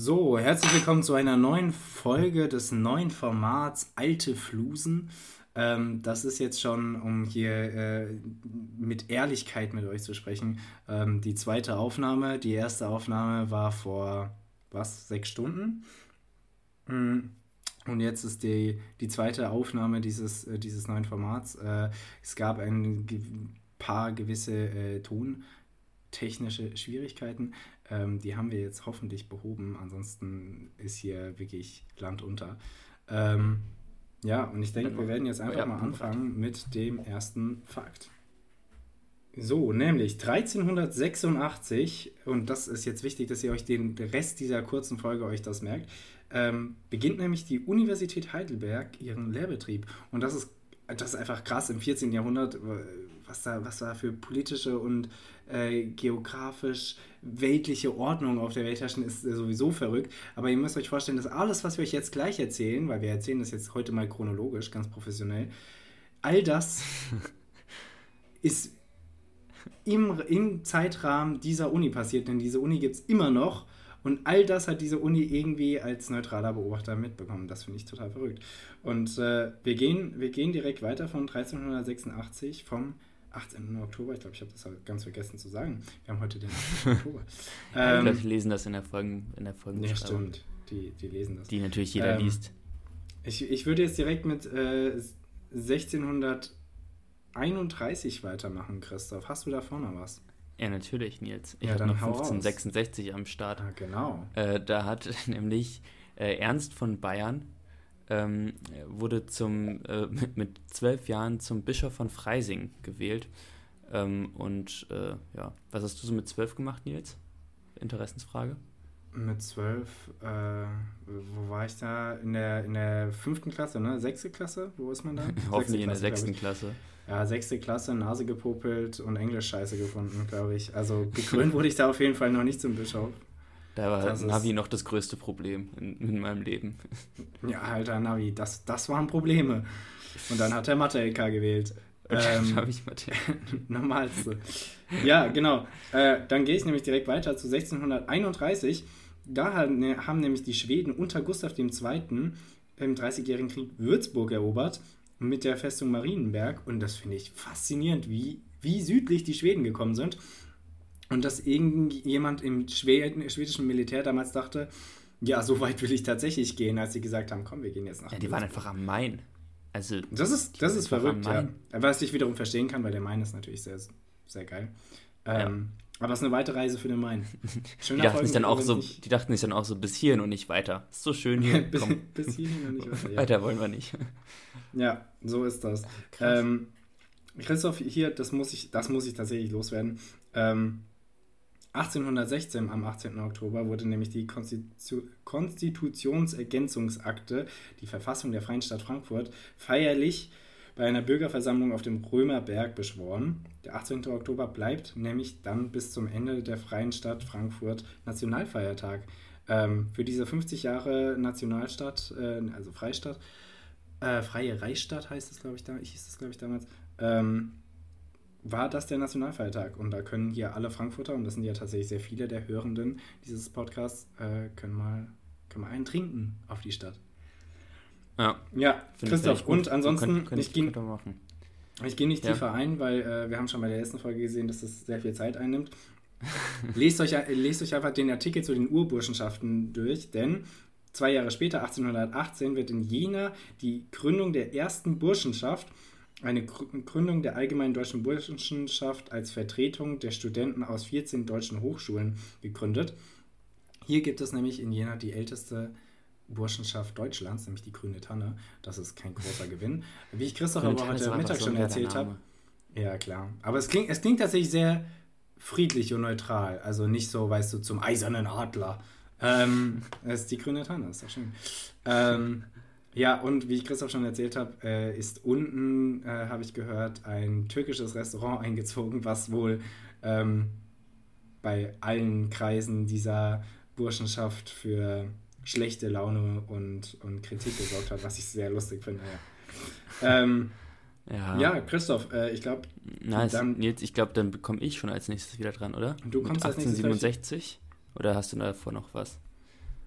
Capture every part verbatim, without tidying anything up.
So, herzlich willkommen zu einer neuen Folge des neuen Formats Alte Flusen. Ähm, das ist jetzt schon, um hier äh, mit Ehrlichkeit mit euch zu sprechen, ähm, die zweite Aufnahme. Die erste Aufnahme war vor, was, sechs Stunden? Und jetzt ist die, die zweite Aufnahme dieses, äh, dieses neuen Formats. Äh, es gab ein ge- paar gewisse äh, tontechnische Schwierigkeiten. Ähm, die haben wir jetzt hoffentlich behoben. Ansonsten ist hier wirklich Land unter. Ähm, ja, und ich denke, wir werden jetzt einfach Ja, mal anfangen mit dem ersten Fakt. So, nämlich dreizehnhundertsechsundachtzig, und das ist jetzt wichtig, dass ihr euch den Rest dieser kurzen Folge euch das merkt, ähm, beginnt nämlich die Universität Heidelberg ihren Lehrbetrieb. Und das ist, das ist einfach krass im vierzehnten. Jahrhundert, was da, was da für politische und äh, geografisch weltliche Ordnung auf der Welt herrschen, ist äh, sowieso verrückt. Aber ihr müsst euch vorstellen, dass alles, was wir euch jetzt gleich erzählen, weil wir erzählen das jetzt heute mal chronologisch, ganz professionell, all das ist im, im Zeitrahmen dieser Uni passiert, denn diese Uni gibt es immer noch und all das hat diese Uni irgendwie als neutraler Beobachter mitbekommen. Das finde ich total verrückt. Und äh, wir, gehen, wir gehen direkt weiter von dreizehnhundertsechsundachtzig vom achtzehnten Oktober. Ich glaube, ich habe das halt ganz vergessen zu sagen. Wir haben heute den achtzehnten Oktober. Ja, ähm, die Leute lesen das in der Folgen, in der Ja, Folgenbeschreibung. stimmt. Die, die lesen das. Die natürlich jeder Ähm, liest. Ich, ich würde jetzt direkt mit äh, sechzehnhunderteinunddreißig weitermachen, Christoph. Hast du da vorne was? Ja, natürlich, Nils. Ich Ja, habe dann noch hau raus. fünfzehnhundertsechsundsechzig am Start. Ah, genau. Äh, da hat nämlich äh, Ernst von Bayern ähm, wurde zum, äh, mit, mit zwölf Jahren zum Bischof von Freising gewählt. Ähm, und äh, ja, was hast du so mit zwölf gemacht, Nils? Interessensfrage. Mit zwölf, äh, wo war ich da? In der, in der fünften Klasse, ne? Sechste Klasse? Wo ist man da? Hoffentlich in der Klasse, glaub sechsten ich. Klasse. Ja, sechste Klasse, Nase gepopelt und Englisch-Scheiße gefunden, glaube ich. Also gekrönt wurde ich da auf jeden Fall noch nicht zum Bischof. Da war Das ist- Navi noch das größte Problem in, in meinem Leben. Ja, alter Navi, das, das waren Probleme. Und dann hat er Mathe-L K gewählt. Ähm, habe ich Mathe. Normalste. Ja, genau. Äh, dann gehe ich nämlich direkt weiter zu sechzehnhunderteinunddreißig. Da haben, ne, haben nämlich die Schweden unter Gustav der Zweite. im Dreißigjährigen Krieg Würzburg erobert mit der Festung Marienberg. Und das finde ich faszinierend, wie, wie südlich die Schweden gekommen sind. Und dass irgendjemand im Schwed- schwedischen Militär damals dachte, ja, so weit will ich tatsächlich gehen, als sie gesagt haben, komm, wir gehen jetzt nach Ja, die waren Würzburg. einfach am Main. Also, Das ist, das ist einfach verrückt, am ja. Main. Was ich wiederum verstehen kann, weil der Main ist natürlich sehr, sehr geil. Ähm, Aber es ist eine weite Reise für den Main. Die Schöner dachten, sich dann auch wenn so, nicht- die dachten sich dann auch so, bis hierhin und nicht weiter. Ist so schön hier, bis, komm, bis hierhin und nicht weiter. Ja. weiter wollen wir nicht. Ja, so ist das. Krass. Ähm, Christoph, hier, das muss ich, das muss ich tatsächlich loswerden. Ähm, achtzehnhundertsechzehn, am achtzehnten Oktober, wurde nämlich die Konstitu- Konstitutionsergänzungsakte, die Verfassung der Freien Stadt Frankfurt, feierlich bei einer Bürgerversammlung auf dem Römerberg beschworen. Der achtzehnten Oktober bleibt nämlich dann bis zum Ende der Freien Stadt Frankfurt Nationalfeiertag. Ähm, für diese fünfzig Jahre Nationalstadt, äh, also Freistadt, äh, Freie Reichsstadt heißt es, glaube ich, da, hieß es, glaube ich, damals, ähm, war das der Nationalfeiertag. Und da können hier alle Frankfurter, und das sind ja tatsächlich sehr viele der Hörenden dieses Podcasts, äh, können, mal, können mal einen trinken auf die Stadt. Ja, Ja, finde Christoph, ich gut. und ansonsten, Könnt- könnt- ich gehe könnt ihr machen. ich gehe nicht Ja. tiefer ein, weil äh, wir haben schon bei der ersten Folge gesehen, dass das sehr viel Zeit einnimmt. Lest euch, äh, lest euch einfach den Artikel zu den Urburschenschaften durch, denn zwei Jahre später, achtzehnhundertachtzehn, wird in Jena die Gründung der ersten Burschenschaft, eine Gr- Gründung der Allgemeinen Deutschen Burschenschaft als Vertretung der Studenten aus vierzehn deutschen Hochschulen gegründet. Hier gibt es nämlich in Jena die älteste Burschenschaft Deutschlands, nämlich die Grüne Tanne. Das ist kein großer Gewinn. Wie ich Christoph Grüne aber Tanne ist heute doch einfach Mittag so schon ein geiler erzählt habe. Name. Ja, klar. Aber es klingt, es klingt tatsächlich sehr friedlich und neutral. Also nicht so, weißt du, zum eisernen Adler. Ähm, es ist die Grüne Tanne, ist doch schön. Ähm, ja, und wie ich Christoph schon erzählt habe, äh, ist unten, äh, habe ich gehört, ein türkisches Restaurant eingezogen, was wohl ähm, bei allen Kreisen dieser Burschenschaft für schlechte Laune und, und Kritik gesorgt hat, was ich sehr lustig finde. Ja, ähm, Ja, ja Christoph, äh, ich glaube, nice. dann- Jetzt, ich glaube, dann bekomme ich schon als nächstes wieder dran, oder? Du kommst Mit als nächstes achtzehnhundertsiebenundsechzig? Oder hast du davor noch was?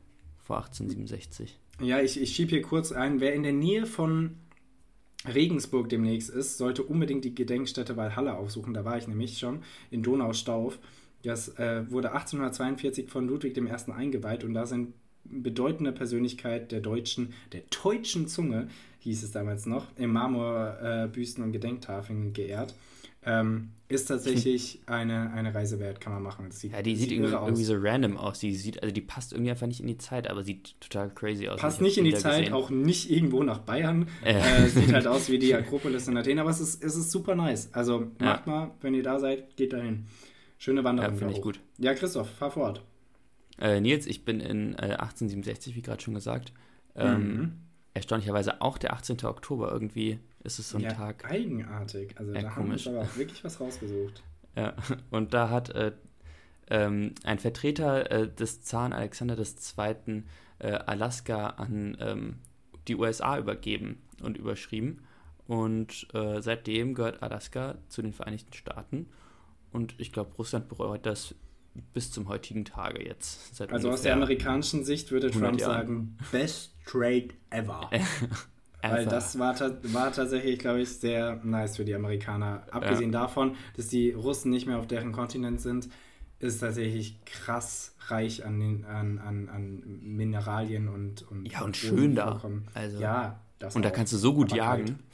vor achtzehnhundertsiebenundsechzig. Ja, ich, ich schiebe hier kurz ein. Wer in der Nähe von Regensburg demnächst ist, sollte unbedingt die Gedenkstätte Walhalla aufsuchen. Da war ich nämlich schon in Donaustauf. Das äh, wurde achtzehnhundertzweiundvierzig von Ludwig der Erste eingeweiht und da sind bedeutende Persönlichkeit der deutschen, der deutschen Zunge, hieß es damals noch, im Marmorbüsten äh, und Gedenktafeln geehrt. Ähm, ist tatsächlich eine, eine Reise wert, kann man machen. Das sieht, ja, die sieht, sieht irgendwie, irgendwie so random aus. Die sieht, also die passt irgendwie einfach nicht in die Zeit, aber sieht total crazy aus. Passt nicht in die Zeit, gesehen. Auch nicht irgendwo nach Bayern. Äh. Äh, sieht halt aus wie die Akropolis in Athen, aber es ist, es ist super nice. Also ja. macht mal, wenn ihr da seid, geht dahin. Schöne Wanderung. Ja, finde ich gut. Ja, Christoph, fahr fort. Äh, Nils, ich bin in äh, achtzehnhundertsiebenundsechzig, wie gerade schon gesagt. Ähm, mhm. Erstaunlicherweise auch der achtzehnten Oktober. Irgendwie ist es so ein ja, Tag. Eigenartig. Also ja, da komisch. haben wir uns aber wirklich was rausgesucht. Ja, und da hat äh, ähm, ein Vertreter äh, des Zaren Alexander der Zweite. Äh, Alaska an ähm, die U S A übergeben und überschrieben. Und äh, seitdem gehört Alaska zu den Vereinigten Staaten. Und ich glaube, Russland bereut das bis zum heutigen Tage jetzt. Seit also aus der amerikanischen Sicht würde Trump sagen, best trade ever. Weil das war, ta- war tatsächlich, glaube ich, sehr nice für die Amerikaner. Abgesehen ja. davon, dass die Russen nicht mehr auf deren Kontinent sind, ist tatsächlich krass reich an, den, an, an, an Mineralien und, und ja, und schön da. Also, ja, das und auch. Da kannst du so gut Aber jagen. Kalt.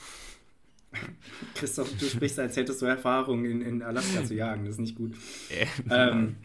Christoph, du sprichst, als hättest du Erfahrung in, in Alaska zu jagen. Das ist nicht gut. ähm,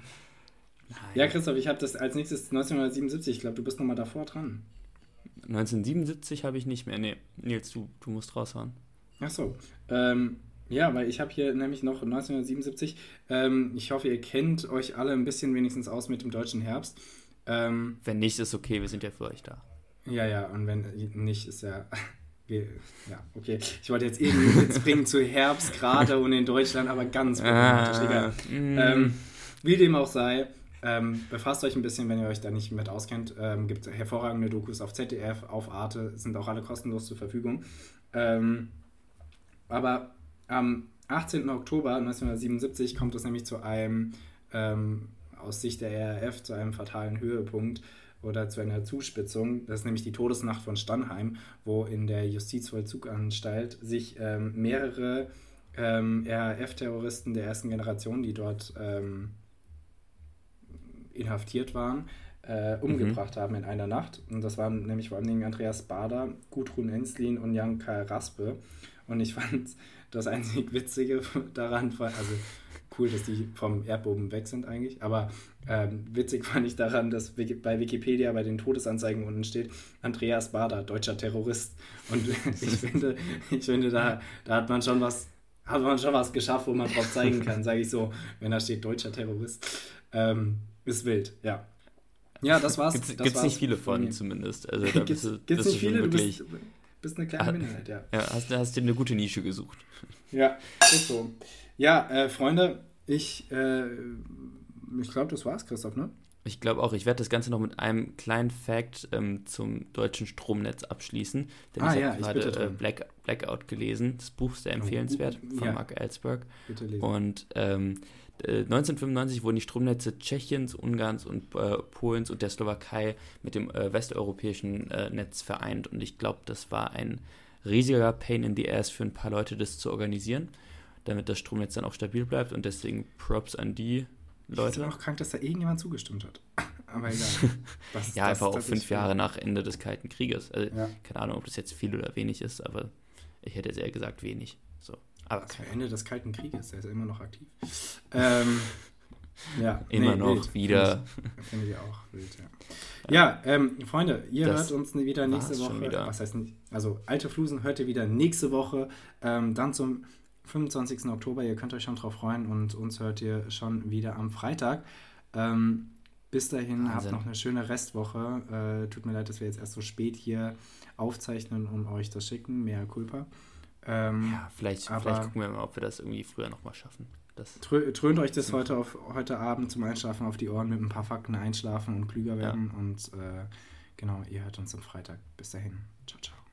ja, Christoph, ich habe das als nächstes neunzehnhundertsiebenundsiebzig. Ich glaube, du bist nochmal davor dran. neunzehnhundertsiebenundsiebzig habe ich nicht mehr. Nee, Nils, du, du musst raushauen. Ach so. Ähm, ja, weil ich habe hier nämlich noch neunzehnhundertsiebenundsiebzig. Ähm, ich hoffe, ihr kennt euch alle ein bisschen wenigstens aus mit dem deutschen Herbst. Ähm, wenn nicht, ist okay. Wir sind ja für euch da. Ja, ja. Und wenn nicht, ist ja... Wir, ja, okay. Ich wollte jetzt irgendwie Witz bringen zu Herbst gerade und in Deutschland, aber ganz problematisch. Egal. Mm. Ähm, wie dem auch sei, ähm, befasst euch ein bisschen, wenn ihr euch da nicht mit auskennt. Ähm, gibt hervorragende Dokus auf Z D F, auf Arte, sind auch alle kostenlos zur Verfügung. Ähm, aber am achtzehnten Oktober neunzehnhundertsiebenundsiebzig kommt es nämlich zu einem, ähm, aus Sicht der R A F, zu einem fatalen Höhepunkt oder zu einer Zuspitzung. Das ist nämlich die Todesnacht von Stannheim, wo in der Justizvollzuganstalt sich ähm, mehrere ähm, R A F-Terroristen der ersten Generation, die dort ähm, inhaftiert waren, äh, umgebracht mhm. haben in einer Nacht. Und das waren nämlich vor allen Dingen Andreas Baader, Gudrun Ensslin und Jan Karl Raspe. Und ich fand das einzig Witzige daran, also cool, dass die vom Erdboden weg sind eigentlich, aber ähm, witzig fand ich daran, dass bei Wikipedia bei den Todesanzeigen unten steht, Andreas Baader, deutscher Terrorist. Und ich finde, ich finde da, da hat man schon was, hat man schon was geschafft, wo man drauf zeigen kann, sage ich so, wenn da steht deutscher Terrorist. Ähm, ist wild, ja. Ja, das war's. Gibt es nicht viele von, von zumindest. Also da gibt's, bist du, gibt's bist nicht viele, wirklich, du bist, bist eine kleine Minderheit, ja. Ja, hast, hast dir eine gute Nische gesucht. Ja, ist so. Ja, äh, Freunde, ich, äh, ich glaube, das war's, Christoph, ne? Ich glaube auch. Ich werde das Ganze noch mit einem kleinen Fact ähm, zum deutschen Stromnetz abschließen. Denn ah, ich ja, habe gerade äh, Black, Blackout gelesen. Das Buch ist sehr empfehlenswert oh, von ja. Mark Ellsberg. Bitte lesen. Und ähm, neunzehnhundertfünfundneunzig wurden die Stromnetze Tschechiens, Ungarns und äh, Polens und der Slowakei mit dem äh, westeuropäischen äh, Netz vereint. Und ich glaube, das war ein riesiger Pain in the Ass für ein paar Leute, das zu organisieren, damit das Stromnetz dann auch stabil bleibt. Und deswegen Props an die Leute. Ich bin auch krank, dass da irgendjemand zugestimmt hat. Aber egal. Was, ja, einfach auch fünf Jahre nach Ende des Kalten Krieges. Also, ja. Keine Ahnung, ob das jetzt viel oder wenig ist, aber ich hätte jetzt eher gesagt wenig. So. Aber das Ende des Kalten Krieges, der ist ja immer noch aktiv. ähm, ja, immer nee, noch wild. wieder. Finde ich auch wild, ja. Ja, ähm, Freunde, ihr das hört uns wieder nächste Woche. Wieder. Was heißt nicht? Also, Alte Flusen hört ihr wieder nächste Woche. Ähm, dann zum fünfundzwanzigsten Oktober. Ihr könnt euch schon drauf freuen und uns hört ihr schon wieder am Freitag. Ähm, bis dahin, Wahnsinn. Habt noch eine schöne Restwoche. Äh, tut mir leid, dass wir jetzt erst so spät hier aufzeichnen und euch das schicken. Mea culpa. Ähm, ja, vielleicht, vielleicht gucken wir mal, ob wir das irgendwie früher nochmal schaffen. Das trö- trönt euch das heute, auf, heute Abend zum Einschlafen auf die Ohren mit ein paar Fakten einschlafen und klüger werden. Ja. Und äh, genau, ihr hört uns am Freitag. Bis dahin. Ciao, ciao.